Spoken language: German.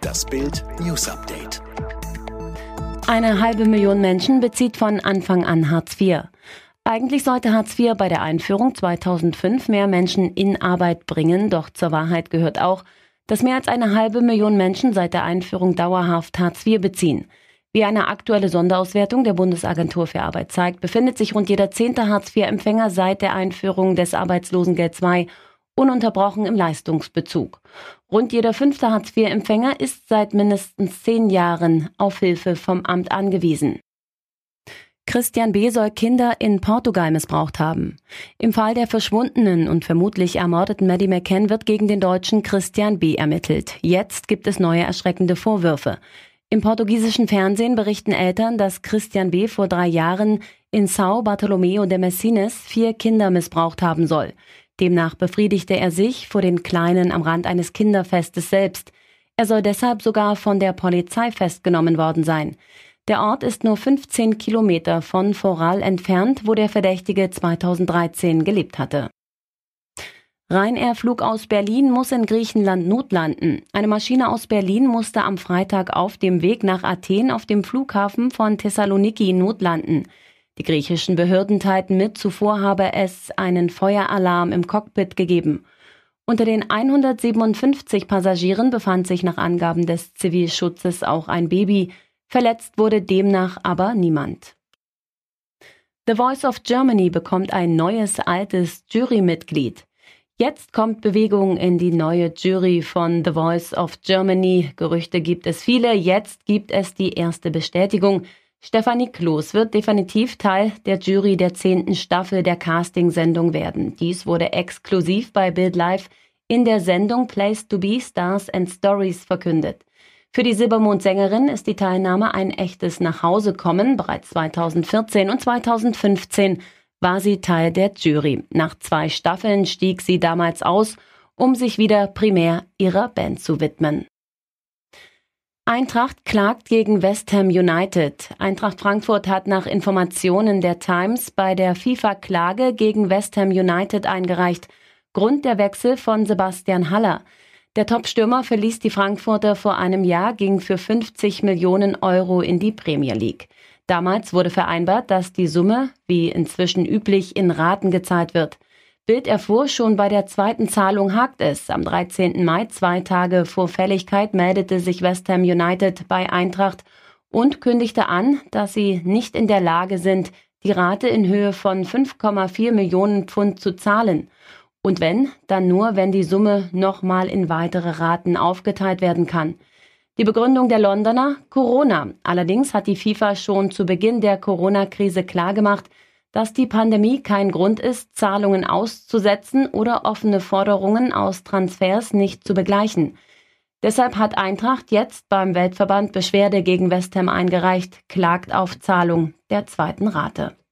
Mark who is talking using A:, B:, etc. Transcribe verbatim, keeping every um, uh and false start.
A: Das Bild News Update.
B: Eine halbe Million Menschen bezieht von Anfang an Hartz vier. Eigentlich sollte Hartz vier bei der Einführung zweitausendfünf mehr Menschen in Arbeit bringen, doch zur Wahrheit gehört auch, dass mehr als eine halbe Million Menschen seit der Einführung dauerhaft Hartz vier beziehen. Wie eine aktuelle Sonderauswertung der Bundesagentur für Arbeit zeigt, befindet sich rund jeder zehnte Hartz vier Empfänger seit der Einführung des Arbeitslosengeld zwei ununterbrochen im Leistungsbezug. Rund jeder fünfte Hartz vier Empfänger ist seit mindestens zehn Jahren auf Hilfe vom Amt angewiesen. Christian B. soll Kinder in Portugal missbraucht haben. Im Fall der verschwundenen und vermutlich ermordeten Maddie McCann wird gegen den Deutschen Christian B. ermittelt. Jetzt gibt es neue erschreckende Vorwürfe. Im portugiesischen Fernsehen berichten Eltern, dass Christian B. vor drei Jahren in São Bartolomeu de Messines vier Kinder missbraucht haben soll. Demnach befriedigte er sich vor den Kleinen am Rand eines Kinderfestes selbst. Er soll deshalb sogar von der Polizei festgenommen worden sein. Der Ort ist nur fünfzehn Kilometer von Foral entfernt, wo der Verdächtige zweitausenddreizehn gelebt hatte. Ryanair-Flug aus Berlin muss in Griechenland notlanden. Eine Maschine aus Berlin musste am Freitag auf dem Weg nach Athen auf dem Flughafen von Thessaloniki notlanden. Die griechischen Behörden teilten mit, zuvor habe es einen Feueralarm im Cockpit gegeben. Unter den hundertsiebenundfünfzig Passagieren befand sich nach Angaben des Zivilschutzes auch ein Baby. Verletzt wurde demnach aber niemand. The Voice of Germany bekommt ein neues, altes Jurymitglied. Jetzt kommt Bewegung in die neue Jury von The Voice of Germany. Gerüchte gibt es viele, jetzt gibt es die erste Bestätigung. Stefanie Kloß wird definitiv Teil der Jury der zehnten Staffel der Castingsendung werden. Dies wurde exklusiv bei Bild Live in der Sendung Place to Be Stars and Stories verkündet. Für die Silbermond-Sängerin ist die Teilnahme ein echtes Nachhausekommen. Bereits zweitausendvierzehn und zweitausendfünfzehn war sie Teil der Jury. Nach zwei Staffeln stieg sie damals aus, um sich wieder primär ihrer Band zu widmen. Eintracht klagt gegen West Ham United. Eintracht Frankfurt hat nach Informationen der Times bei der FIFA Klage gegen West Ham United eingereicht. Grund der Wechsel von Sebastian Haller. Der Topstürmer verließ die Frankfurter vor einem Jahr, ging für fünfzig Millionen Euro in die Premier League. Damals wurde vereinbart, dass die Summe, wie inzwischen üblich, in Raten gezahlt wird. Bild erfuhr, schon bei der zweiten Zahlung hakt es. Am dreizehnten Mai, zwei Tage vor Fälligkeit, meldete sich West Ham United bei Eintracht und kündigte an, dass sie nicht in der Lage sind, die Rate in Höhe von fünf Komma vier Millionen Pfund zu zahlen. Und wenn, dann nur, wenn die Summe nochmal in weitere Raten aufgeteilt werden kann. Die Begründung der Londoner? Corona. Allerdings hat die FIFA schon zu Beginn der Corona-Krise klargemacht, dass die Pandemie kein Grund ist, Zahlungen auszusetzen oder offene Forderungen aus Transfers nicht zu begleichen. Deshalb hat Eintracht jetzt beim Weltverband Beschwerde gegen West Ham eingereicht, klagt auf Zahlung der zweiten Rate.